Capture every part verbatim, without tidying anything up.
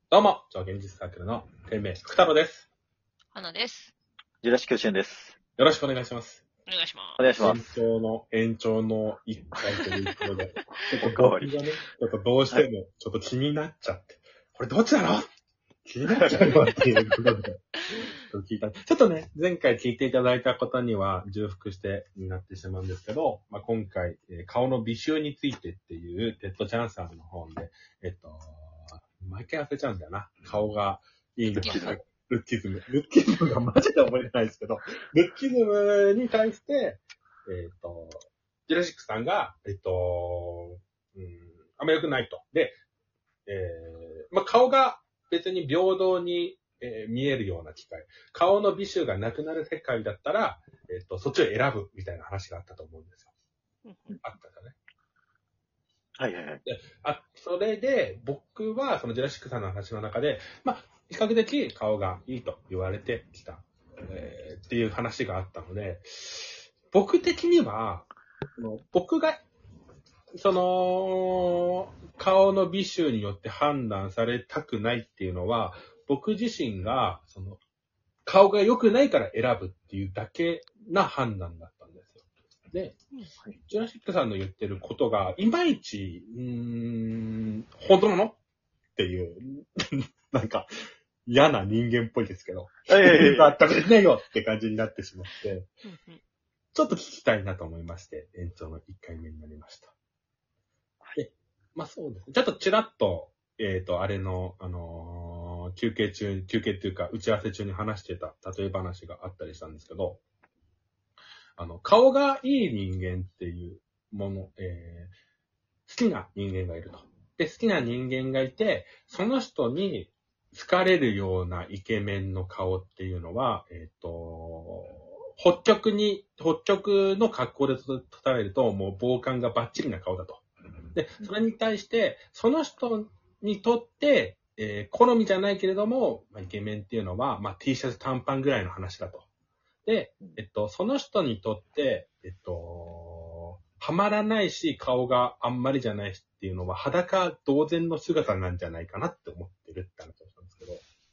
どうも、超現実サークルの天命福太郎です。 花です。 ジュラシ教師です。 よろしくお願いします。 お願いします。 お願いします。 延長の、延長の一回ということで、ちょっと僕がね、ちょっとどうしてもちょっと気になっちゃって、はい、これどっちだろう気になっちゃうよっていうことで、聞いた。ちょっとね、前回聞いていただいたことには重複してになってしまうんですけど、まあ、今回、えー、顔の美醜についてっていうテッド・ジャンさんの本で、えっと、毎回忘れちゃうんだよな。顔がいいのか。ルッキズム。ルッキズムがマジで覚えてないですけど、ルッキズムに対して、えっと、ジュラシックさんが、えっと、うん、あんま良くないと。で、えー、まあ、顔が別に平等に、えー、見えるような機会。顔の美醜がなくなる世界だったら、えっと、そっちを選ぶみたいな話があったと思うんですよ。あったかね。 はいはいはい。 で、あ、それで、僕は、そのジュラシックさんの話の中で、まあ、比較的顔がいいと言われてきた、えー、っていう話があったので、僕的には、僕が、その、顔の美醜によって判断されたくないっていうのは、僕自身が、その、顔が良くないから選ぶっていうだけな判断だったんですよ。で、ジュラシックさんの言ってることが、いまいち、うーん、本当なのっていう、なんか、嫌な人間っぽいですけど、 ええあったくねえよって感じになってしまって、ちょっと聞きたいなと思いまして、延長のいっかいめになりました。で、まあそうですね。ちょっとちらっと、えっと、あれの、あのー、休憩中、休憩っていうか、打ち合わせ中に話してた例え話があったりしたんですけど、あの、顔がいい人間っていうもの、えー、好きな人間がいると。で、好きな人間がいて、その人に好かれるようなイケメンの顔っていうのは、えっと、北極に、北極の格好で例えると、もう防寒がバッチリな顔だと。で、それに対して、その人にとって、えー、好みじゃないけれども、まあ、イケメンっていうのは、まあ、T シャツ短パンぐらいの話だと。で、えっと、その人にとって、えっと、はまらないし、顔があんまりじゃないしっていうのは、裸同然の姿なんじゃないかなって思ってるって話をしたんですけど、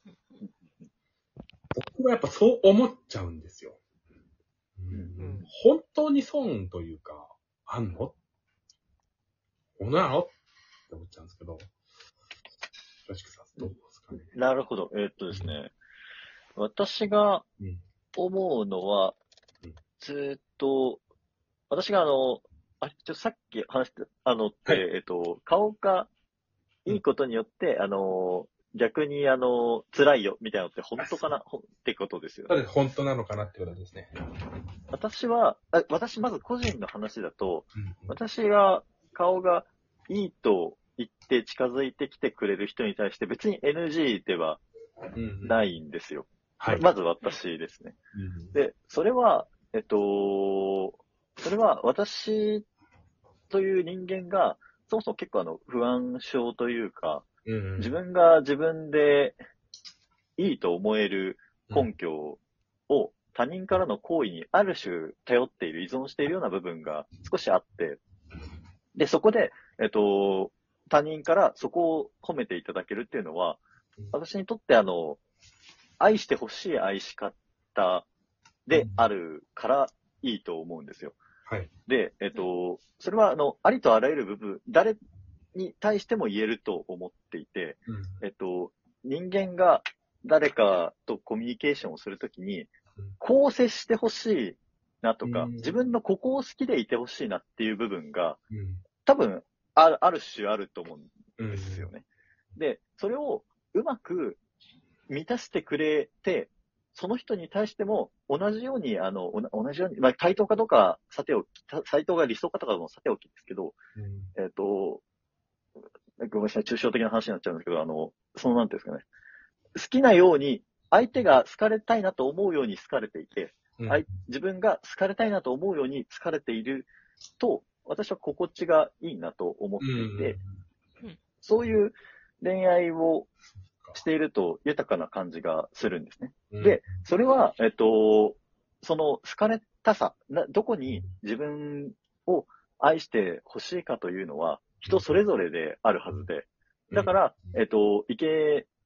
僕はやっぱそう思っちゃうんですよ。うんうん、本当に損というか、あんのこのなのって思っちゃうんですけど、よしくさん、どうですかね。 なるほど。えー、っとですね、うん、私が思うのは、うん、ずっと、私があの、あれ、ちょっとさっき話した、あのって、はい、えー、っと、顔がいいことによって、うん、あの、逆にあの、辛いよ、みたいなのって本当かなってことですよね。 本当なのかなってことですね。 私は、あ私まず個人の話だと、うんうん、私が顔がいいと言って近づいてきてくれる人に対して別に エヌジー ではないんですよ。うんうん、ま, まず私ですね、うん。で、それは、えっと、それは私という人間が、そもそも結構あの不安症というか、うんうん、自分が自分でいいと思える根拠を他人からの行為にある種頼っている、依存しているような部分が少しあって、で、そこで、えっと、他人からそこを褒めていただけるっていうのは、私にとってあの、愛してほしい愛し方であるからいいと思うんですよ。 はい。 で、えっと、それはあの、ありとあらゆる部分、誰に対しても言えると思っていて、うん、えっと、人間が誰かとコミュニケーションをするときに、こう接してほしいなとか、うん、自分のここを好きでいてほしいなっていう部分が、うん、多分ある、ある種あると思うんですよね。うん、で、それをうまく満たしてくれて、その人に対しても同じように、あの、同じように、まあ、対等かどうかさておき、対等が理想かとかもさておきですけど、うん、えっと、ごめんなさい、抽象的な話になっちゃうんですけど、あの、そのなんていうんですかね。好きなように、相手が好かれたいなと思うように好かれていて、うん、自分が好かれたいなと思うように好かれていると、私は心地がいいなと思っていて、うん、そういう恋愛をしていると豊かな感じがするんですね。うん、で、それは、えっと、その好かれたさ、どこに自分を愛してほしいかというのは、人それぞれであるはずで、だから、えっと、イケ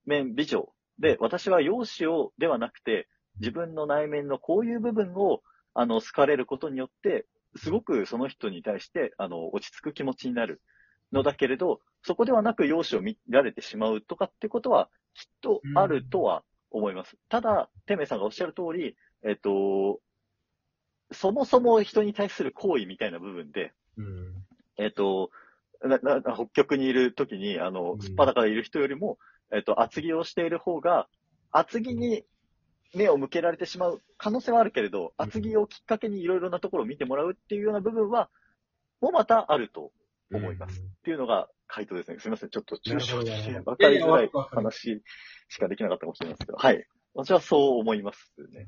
面美女で、私は容姿をではなくて、自分の内面のこういう部分を、あの、好かれることによって、すごくその人に対して、あの、落ち着く気持ちになるのだけれど、そこではなく容姿を見られてしまうとかってことは、きっとあるとは思います。ただ、てめさんがおっしゃる通り、えっと、そもそも人に対する行為みたいな部分で、 うん、 えっと、なな北極にいるときに、あの、すっぱだからいる人よりも、えっと、厚着をしている方が、厚着に目を向けられてしまう可能性はあるけれど、厚着をきっかけにいろいろなところを見てもらうっていうような部分は、もまたあると思います。っていうのが回答ですね。すみません。ちょっと抽象的で分かりづらい話しかできなかったかもしれないですけど、はい。私はそう思いますね。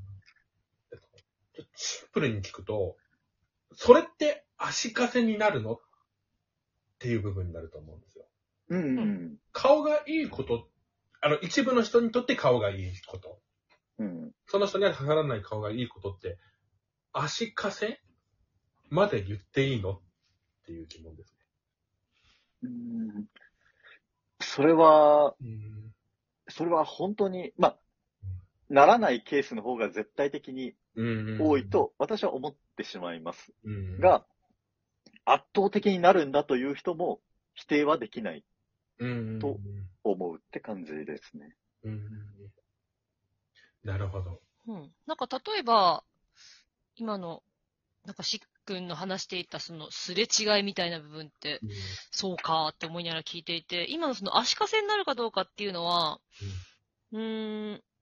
シンプルに聞くと、それって足かせになるのっていう部分になると思うんですよ。 うんうん。 顔がいいこと、あの、一部の人にとって顔がいいこと。 うん。 その人には刺さらない顔がいいことって、足かせまで言っていいのっていう疑問ですね。 うん。それは、うん、それは本当に、まあ、ならないケースの方が絶対的に多いと私は思ってしまいます。うん、が、圧倒的になるんだという人も否定はできないと思うって感じですね。 うんうん、なるほど。 うん。なんか例えば、今の、なんかしっくんの話していたそのすれ違いみたいな部分って、うん、そうかって思いながら聞いていて、今のその足かせになるかどうかっていうのは、うん、うーん、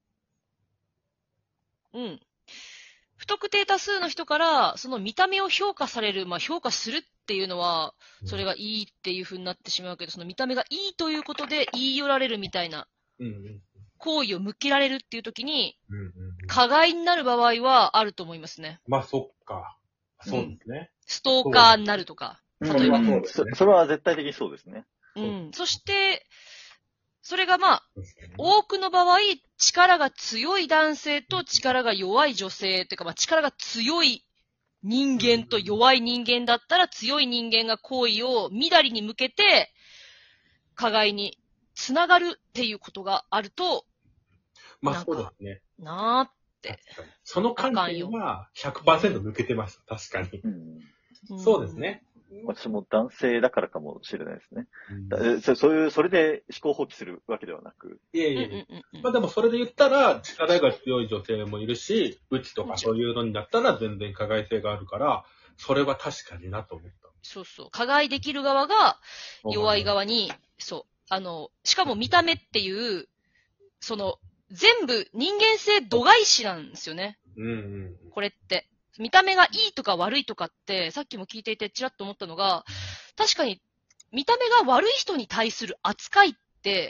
うん。不特定多数の人から、その見た目を評価される、まあ評価するっていうのは、それがいいっていう風になってしまうけど、その見た目がいいということで言い寄られるみたいな、行為を向けられるっていう時に、加害になる場合はあると思いますね。 まあそっか。そうですね。うん、 ストーカーになるとか、 例えば、うんそ。それは絶対的にそうですね。 うん。そして、それがまあ、多くの場合、力が強い男性と力が弱い女性というか、まあ力が強い人間と弱い人間だったら、強い人間が行為をみだりに向けて、加害につながるっていうことがあると、 まあそうですね。 なーって。 その観点は ひゃくパーセント 抜けてます。確かに。うん、そうですね。 私も男性だからかもしれないですね。うん、そそういう、それで思考放棄するわけではなく。 いえいえ。まあでもそれで言ったら、力が強い女性もいるし、うちとかそういうのになったら全然加害性があるから、それは確かになと思った。 そうそう。加害できる側が弱い側に、そう。あの、しかも見た目っていう、その、全部人間性度外視なんですよね。 うんうん、 これって。見た目がいいとか悪いとかって、さっきも聞いていてちらっと思ったのが、確かに見た目が悪い人に対する扱いって、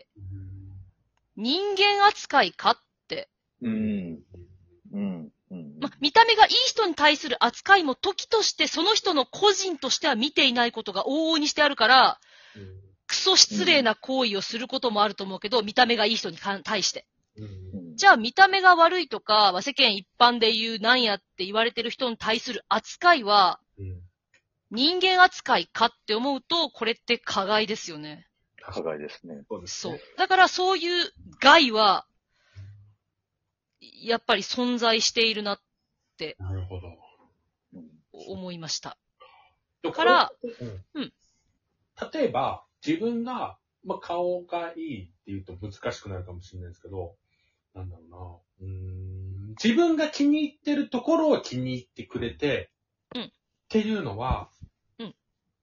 人間扱いかって。 うんうんま、見た目がいい人に対する扱いも時としてその人の個人としては見ていないことが往々にしてあるから、クソ失礼な行為をすることもあると思うけど、見た目がいい人に対して。じゃあ見た目が悪いとか、世間一般で言うなんやって言われてる人に対する扱いは、人間扱いかって思うと、これって加害ですよね。 加害ですね。 そう。だからそういう害は、やっぱり存在しているなって、 なるほど。 思いました。 だから、 うん。例えば、自分が、まあ、顔がいいって言うと難しくなるかもしれないですけど、なんだろうな。うーん自分が気に入ってるところを気に入ってくれて、 うん、 っていうのは、 うん、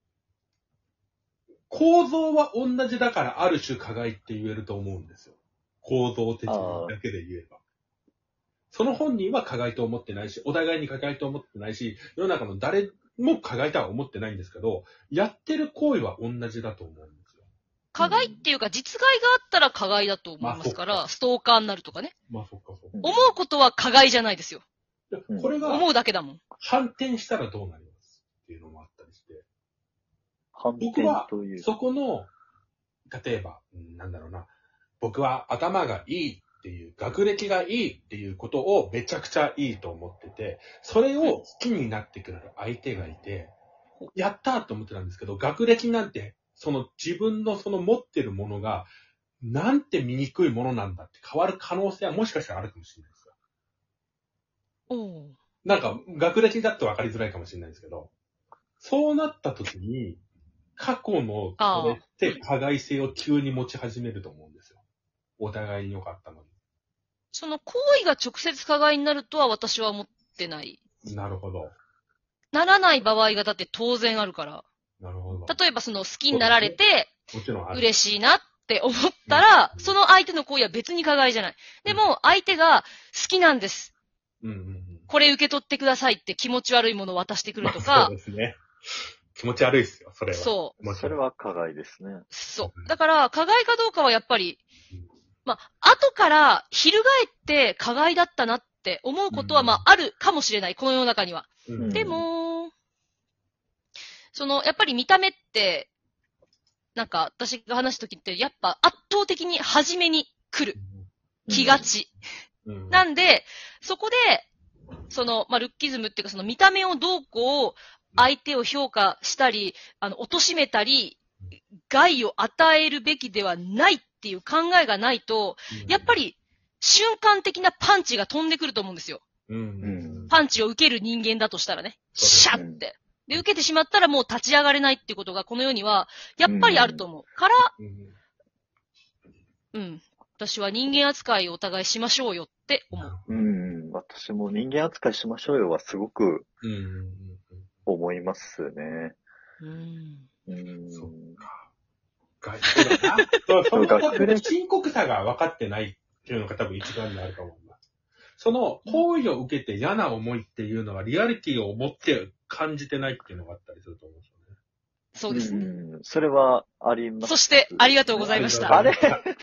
構造は同じだからある種加害って言えると思うんですよ。構造的だけで言えば。その本人は加害と思ってないし、お互いに加害と思ってないし、世の中の誰も加害とは思ってないんですけど、やってる行為は同じだと思うんですよ。 加害っていうか、実害があったら加害だと思いますから、まあ、ストーカーになるとかね。 まあそっかそっか。 思うことは加害じゃないですよ。 これが、 思うだけだもん。 反転したらどうなりますっていうのもあったりして。 反転という。 僕は、そこの、例えば、なんだろうな、僕は頭がいいっていう、学歴がいいっていうことをめちゃくちゃいいと思ってて、それを好きになってくれる相手がいて、やったーと思ってたんですけど、学歴なんて、その自分のその持ってるものが、 なんて醜いものなんだって変わる可能性はもしかしたらあるかもしれないですよ。 おう。 なんか、学歴だと分かりづらいかもしれないですけど、そうなった時に、過去のそれって加害性を急に持ち始めると思うんですよ。お互いに良かったのに。 その行為が直接加害になるとは私は思ってない。 なるほど。 ならない場合がだって当然あるから。 なるほど。 例えばその好きになられて、 もちろんある。 嬉しいなって思ったら、 うん、 その相手の行為は別に加害じゃない。でも、相手が好きなんです。 うんうんうん、 これ受け取ってくださいって気持ち悪いものを渡してくるとか。 まあ、そうですね。気持ち悪いですよ、それは。 そう。それは加害ですね。 そう。だから、加害かどうかはやっぱり、まあ、後から翻って加害だったなって思うことは、まあ、あるかもしれない。この世の中には。 うん、 でも、その、やっぱり見た目って、なんか、私が話すときって、やっぱ圧倒的に初めに来る。気がち。 うん、 なんで、そこで、その、まあ、ルッキズムっていうか、その見た目をどうこう、相手を評価したり、あの、貶めたり、害を与えるべきではないっていう考えがないと、うん、やっぱり、瞬間的なパンチが飛んでくると思うんですよ。 うん、 パンチを受ける人間だとしたらね。シャッて。で、受けてしまったらもう立ち上がれないっていうことがこの世には、やっぱりあると思う。から、うん。私は人間扱いをお互いしましょうよって思う。 うん。私も人間扱いしましょうよはすごく、思いますね。 うん。 うん。 そうか。そうだな。そう、その多分深刻さが分かってないっていうのが多分一番にあると思います。その行為を受けて嫌な思いっていうのはリアリティを持って感じてないっていうのがあったりすると思うんですよね。 そうですね。 うん。それはあります、ね。 そして、ありがとうございました。 あれ